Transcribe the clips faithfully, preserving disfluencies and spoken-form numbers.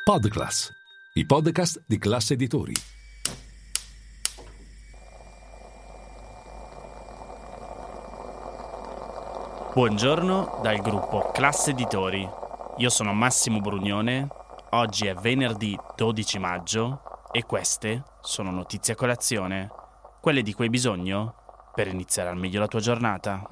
Podclass, i podcast di Classe Editori. Buongiorno dal gruppo Classe Editori. Io sono Massimo Brugnone. Oggi è venerdì dodici maggio e queste sono notizie a colazione, quelle di cui hai bisogno per iniziare al meglio la tua giornata.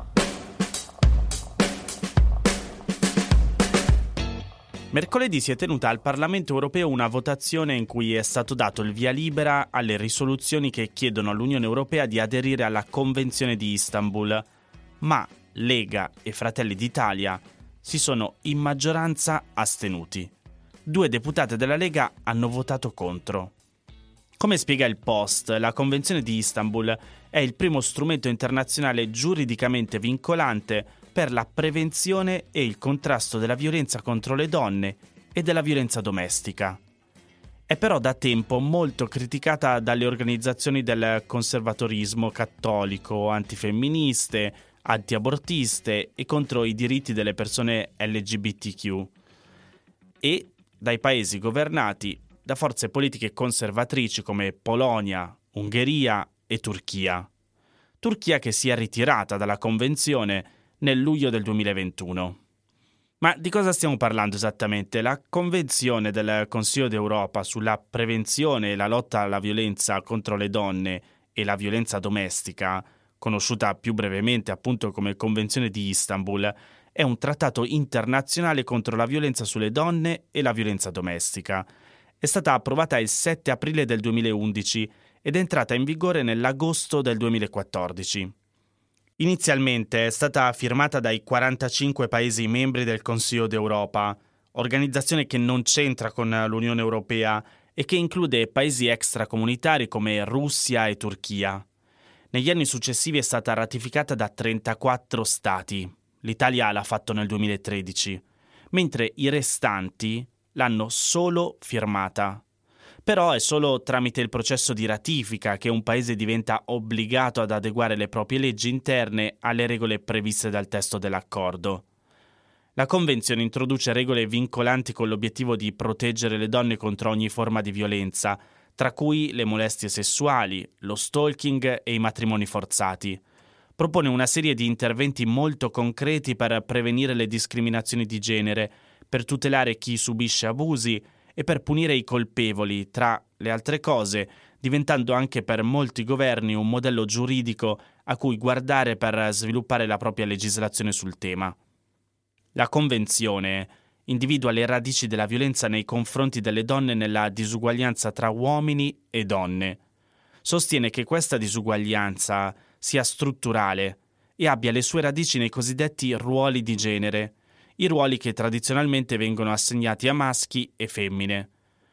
Mercoledì si è tenuta al Parlamento europeo una votazione in cui è stato dato il via libera alle risoluzioni che chiedono all'Unione Europea di aderire alla Convenzione di Istanbul, ma Lega e Fratelli d'Italia si sono in maggioranza astenuti. Due deputate della Lega hanno votato contro. Come spiega il Post, la Convenzione di Istanbul è il primo strumento internazionale giuridicamente vincolante per la prevenzione e il contrasto della violenza contro le donne e della violenza domestica. È però da tempo molto criticata dalle organizzazioni del conservatorismo cattolico, antifemministe, antiabortiste e contro i diritti delle persone L G B T Q e dai paesi governati da forze politiche conservatrici come Polonia, Ungheria e Turchia. Turchia che si è ritirata dalla convenzione nel luglio del duemilaventuno. Ma di cosa stiamo parlando esattamente? La Convenzione del Consiglio d'Europa sulla prevenzione e la lotta alla violenza contro le donne e la violenza domestica, conosciuta più brevemente appunto come Convenzione di Istanbul, è un trattato internazionale contro la violenza sulle donne e la violenza domestica. È stata approvata il sette aprile del duemilaundici ed è entrata in vigore nell'agosto del duemilaquattordici. Inizialmente è stata firmata dai quarantacinque Paesi membri del Consiglio d'Europa, organizzazione che non c'entra con l'Unione Europea e che include paesi extracomunitari come Russia e Turchia. Negli anni successivi è stata ratificata da trentaquattro Stati. L'Italia l'ha fatto nel duemilatredici, mentre i restanti l'hanno solo firmata. Però è solo tramite il processo di ratifica che un paese diventa obbligato ad adeguare le proprie leggi interne alle regole previste dal testo dell'accordo. La Convenzione introduce regole vincolanti con l'obiettivo di proteggere le donne contro ogni forma di violenza, tra cui le molestie sessuali, lo stalking e i matrimoni forzati. Propone una serie di interventi molto concreti per prevenire le discriminazioni di genere, per tutelare chi subisce abusi e per punire i colpevoli, tra le altre cose, diventando anche per molti governi un modello giuridico a cui guardare per sviluppare la propria legislazione sul tema. La Convenzione individua le radici della violenza nei confronti delle donne nella disuguaglianza tra uomini e donne. Sostiene che questa disuguaglianza sia strutturale e abbia le sue radici nei cosiddetti ruoli di genere, i ruoli che tradizionalmente vengono assegnati a maschi e femmine.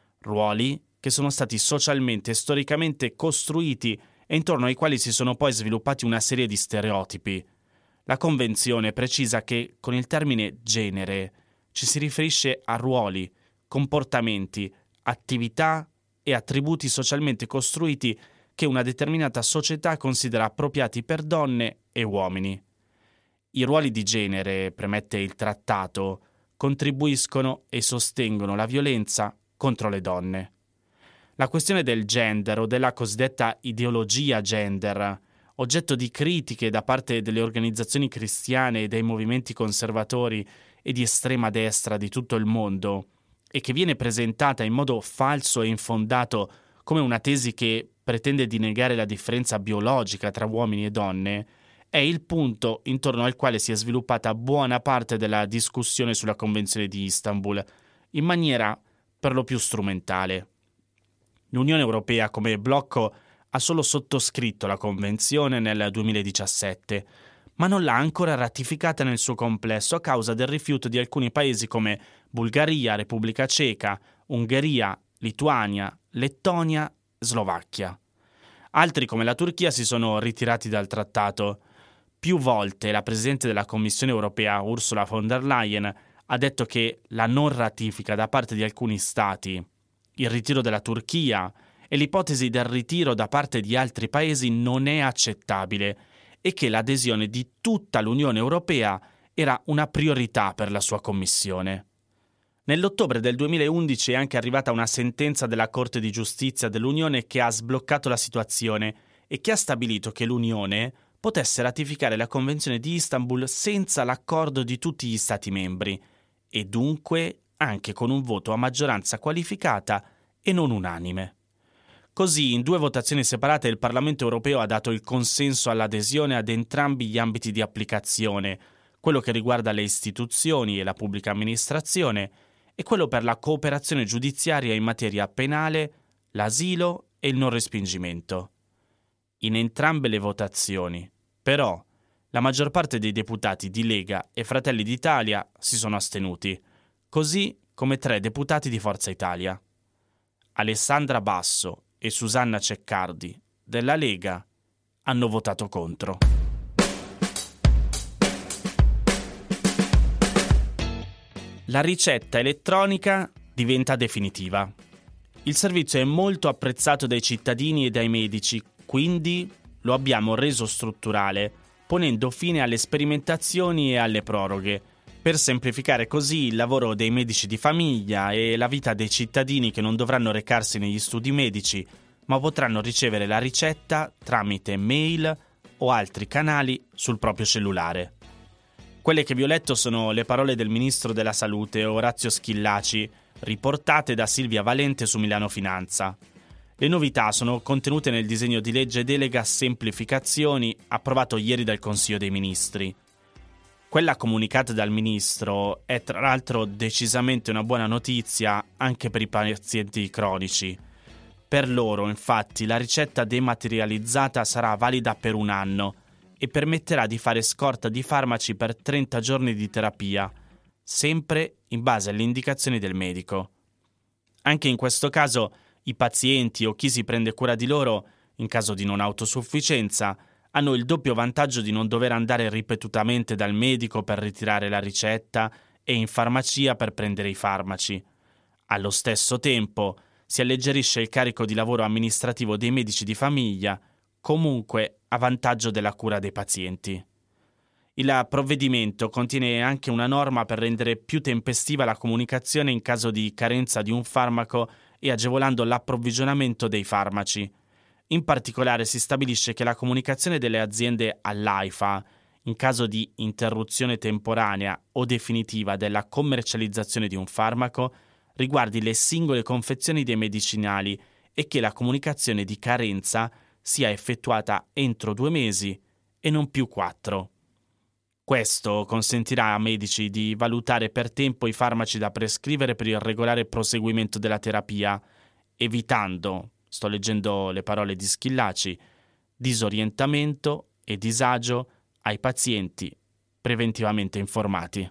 Ruoli che sono stati socialmente e storicamente costruiti e intorno ai quali si sono poi sviluppati una serie di stereotipi. La Convenzione precisa che con il termine genere ci si riferisce a ruoli, comportamenti, attività e attributi socialmente costruiti che una determinata società considera appropriati per donne e uomini. I ruoli di genere, premette il trattato, contribuiscono e sostengono la violenza contro le donne. La questione del gender o della cosiddetta ideologia gender, oggetto di critiche da parte delle organizzazioni cristiane e dei movimenti conservatori e di estrema destra di tutto il mondo, e che viene presentata in modo falso e infondato come una tesi che pretende di negare la differenza biologica tra uomini e donne, è il punto intorno al quale si è sviluppata buona parte della discussione sulla Convenzione di Istanbul, in maniera per lo più strumentale. L'Unione Europea come blocco ha solo sottoscritto la Convenzione nel duemiladiciassette, ma non l'ha ancora ratificata nel suo complesso a causa del rifiuto di alcuni paesi come Bulgaria, Repubblica Ceca, Ungheria, Lituania, Lettonia e Slovacchia. Altri come la Turchia si sono ritirati dal trattato. Più volte la Presidente della Commissione Europea, Ursula von der Leyen, ha detto che la non ratifica da parte di alcuni Stati, il ritiro della Turchia e l'ipotesi del ritiro da parte di altri paesi non è accettabile e che l'adesione di tutta l'Unione Europea era una priorità per la sua Commissione. Nell'ottobre del duemilaundici è anche arrivata una sentenza della Corte di Giustizia dell'Unione che ha sbloccato la situazione e che ha stabilito che l'Unione potesse ratificare la Convenzione di Istanbul senza l'accordo di tutti gli Stati membri e dunque anche con un voto a maggioranza qualificata e non unanime. Così, in due votazioni separate, il Parlamento europeo ha dato il consenso all'adesione ad entrambi gli ambiti di applicazione, quello che riguarda le istituzioni e la pubblica amministrazione e quello per la cooperazione giudiziaria in materia penale, l'asilo e il non respingimento. In entrambe le votazioni, però, la maggior parte dei deputati di Lega e Fratelli d'Italia si sono astenuti, così come tre deputati di Forza Italia. Alessandra Basso e Susanna Ceccardi, della Lega, hanno votato contro. La ricetta elettronica diventa definitiva. Il servizio è molto apprezzato dai cittadini e dai medici, quindi lo abbiamo reso strutturale, ponendo fine alle sperimentazioni e alle proroghe, per semplificare così il lavoro dei medici di famiglia e la vita dei cittadini che non dovranno recarsi negli studi medici, ma potranno ricevere la ricetta tramite mail o altri canali sul proprio cellulare. Quelle che vi ho letto sono le parole del ministro della Salute, Orazio Schillaci, riportate da Silvia Valente su Milano Finanza. Le novità sono contenute nel disegno di legge delega semplificazioni approvato ieri dal Consiglio dei Ministri. Quella comunicata dal ministro è tra l'altro decisamente una buona notizia anche per i pazienti cronici. Per loro, infatti, la ricetta dematerializzata sarà valida per un anno e permetterà di fare scorta di farmaci per trenta giorni di terapia, sempre in base alle indicazioni del medico. Anche in questo caso, i pazienti o chi si prende cura di loro, in caso di non autosufficienza, hanno il doppio vantaggio di non dover andare ripetutamente dal medico per ritirare la ricetta e in farmacia per prendere i farmaci. Allo stesso tempo, si alleggerisce il carico di lavoro amministrativo dei medici di famiglia, comunque a vantaggio della cura dei pazienti. Il provvedimento contiene anche una norma per rendere più tempestiva la comunicazione in caso di carenza di un farmaco e agevolando l'approvvigionamento dei farmaci. In particolare si stabilisce che la comunicazione delle aziende all'AIFA, in caso di interruzione temporanea o definitiva della commercializzazione di un farmaco, riguardi le singole confezioni dei medicinali e che la comunicazione di carenza sia effettuata entro due mesi e non più quattro. Questo consentirà a medici di valutare per tempo i farmaci da prescrivere per il regolare proseguimento della terapia, evitando, sto leggendo le parole di Schillaci, disorientamento e disagio ai pazienti preventivamente informati.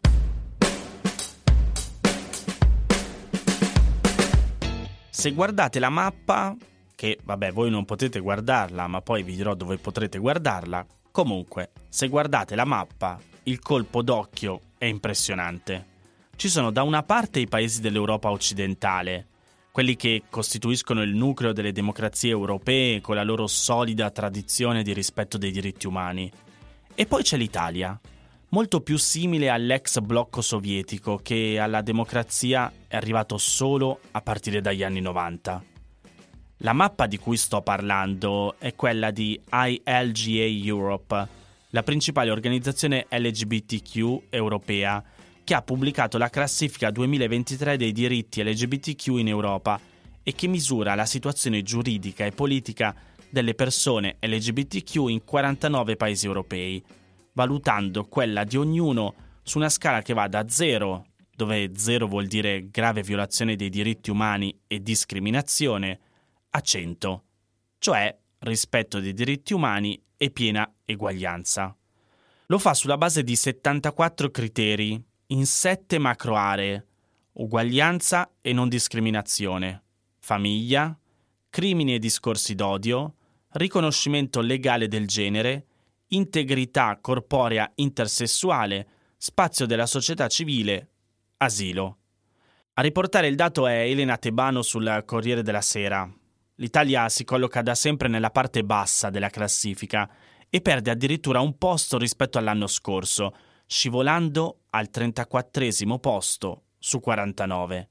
Se guardate la mappa, che vabbè voi non potete guardarla, ma poi vi dirò dove potrete guardarla, comunque, se guardate la mappa, il colpo d'occhio è impressionante. Ci sono da una parte i paesi dell'Europa occidentale, quelli che costituiscono il nucleo delle democrazie europee con la loro solida tradizione di rispetto dei diritti umani. E poi c'è l'Italia, molto più simile all'ex blocco sovietico che alla democrazia è arrivato solo a partire dagli anni novanta. La mappa di cui sto parlando è quella di I L G A Europe, la principale organizzazione L G B T Q europea, che ha pubblicato la classifica duemilaventitré dei diritti L G B T Q in Europa e che misura la situazione giuridica e politica delle persone L G B T Q in quarantanove paesi europei, valutando quella di ognuno su una scala che va da zero, dove zero vuol dire grave violazione dei diritti umani e discriminazione, a cento, cioè rispetto dei diritti umani e piena eguaglianza. Lo fa sulla base di settantaquattro criteri in sette macroaree: uguaglianza e non discriminazione, famiglia, crimini e discorsi d'odio, riconoscimento legale del genere, integrità corporea intersessuale, spazio della società civile, asilo. A riportare il dato è Elena Tebano sul Corriere della Sera. L'Italia si colloca da sempre nella parte bassa della classifica e perde addirittura un posto rispetto all'anno scorso, scivolando al trentaquattresimo posto su quarantanove.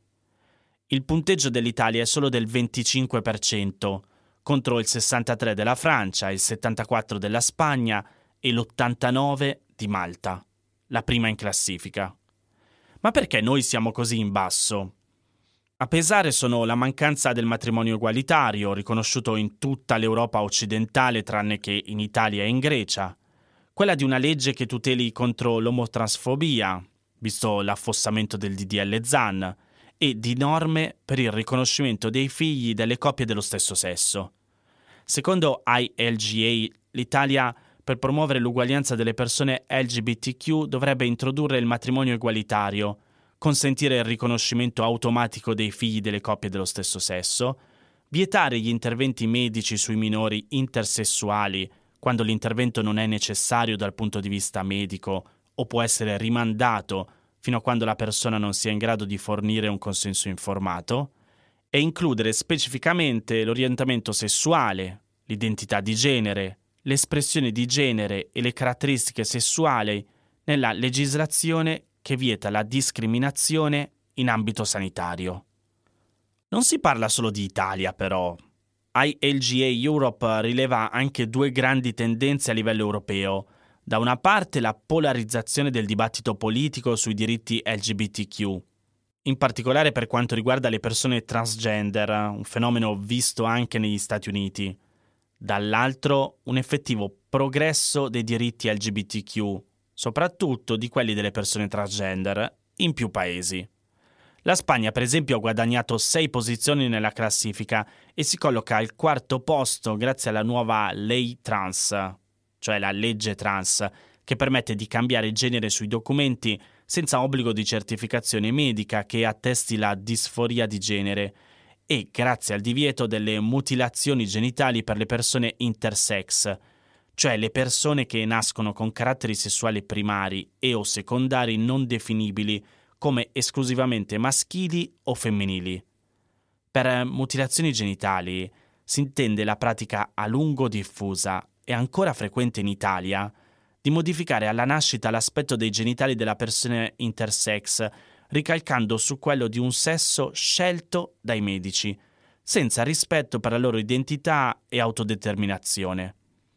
Il punteggio dell'Italia è solo del venticinque per cento, contro il sessantatré per cento della Francia, il settantaquattro per cento della Spagna e l'ottantanove per cento di Malta, la prima in classifica. Ma perché noi siamo così in basso? A pesare sono la mancanza del matrimonio egualitario, riconosciuto in tutta l'Europa occidentale tranne che in Italia e in Grecia, quella di una legge che tuteli contro l'omotransfobia, visto l'affossamento del D D L Zan, e di norme per il riconoscimento dei figli delle coppie dello stesso sesso. Secondo I L G A, l'Italia, per promuovere l'uguaglianza delle persone L G B T Q, dovrebbe introdurre il matrimonio egualitario, consentire il riconoscimento automatico dei figli delle coppie dello stesso sesso, vietare gli interventi medici sui minori intersessuali quando l'intervento non è necessario dal punto di vista medico o può essere rimandato fino a quando la persona non sia in grado di fornire un consenso informato, e includere specificamente l'orientamento sessuale, l'identità di genere, l'espressione di genere e le caratteristiche sessuali nella legislazione che vieta la discriminazione in ambito sanitario. Non si parla solo di Italia, però. I L G A Europe rileva anche due grandi tendenze a livello europeo. Da una parte la polarizzazione del dibattito politico sui diritti L G B T Q, in particolare per quanto riguarda le persone transgender, un fenomeno visto anche negli Stati Uniti. Dall'altro un effettivo progresso dei diritti L G B T Q, soprattutto di quelli delle persone transgender, in più paesi. La Spagna, per esempio, ha guadagnato sei posizioni nella classifica e si colloca al quarto posto grazie alla nuova Ley Trans, cioè la legge trans, che permette di cambiare genere sui documenti senza obbligo di certificazione medica che attesti la disforia di genere, e grazie al divieto delle mutilazioni genitali per le persone intersex, cioè le persone che nascono con caratteri sessuali primari e o secondari non definibili come esclusivamente maschili o femminili. Per mutilazioni genitali si intende la pratica a lungo diffusa e ancora frequente in Italia di modificare alla nascita l'aspetto dei genitali della persona intersex, ricalcando su quello di un sesso scelto dai medici, senza rispetto per la loro identità e autodeterminazione.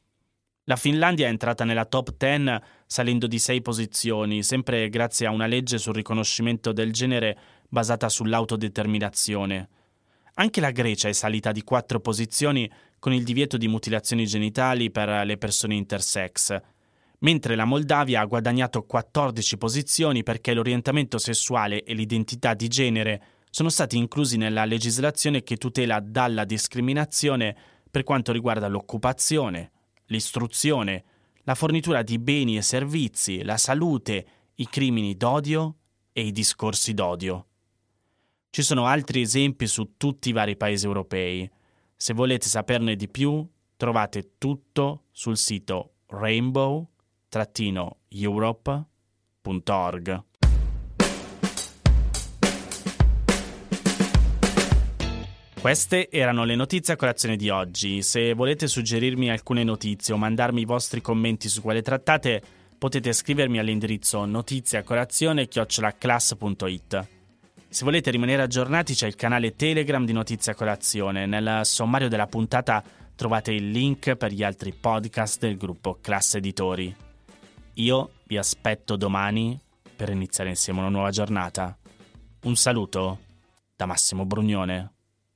La Finlandia è entrata nella top dieci salendo di sei posizioni, sempre grazie a una legge sul riconoscimento del genere basata sull'autodeterminazione. Anche la Grecia è salita di quattro posizioni con il divieto di mutilazioni genitali per le persone intersex, mentre la Moldavia ha guadagnato quattordici posizioni perché l'orientamento sessuale e l'identità di genere sono stati inclusi nella legislazione che tutela dalla discriminazione per quanto riguarda l'occupazione, l'istruzione, la fornitura di beni e servizi, la salute, i crimini d'odio e i discorsi d'odio. Ci sono altri esempi su tutti i vari paesi europei. Se volete saperne di più, trovate tutto sul sito rainbow europe punto org. Queste erano le notizie a colazione di oggi. Se volete suggerirmi alcune notizie o mandarmi i vostri commenti su quelle trattate, potete scrivermi all'indirizzo notiziacolazione chiocciola class punto it. Se volete rimanere aggiornati c'è il canale Telegram di Notizia Colazione. Nel sommario della puntata trovate il link per gli altri podcast del gruppo Class Editori. Io vi aspetto domani per iniziare insieme una nuova giornata. Un saluto da Massimo Brugnone.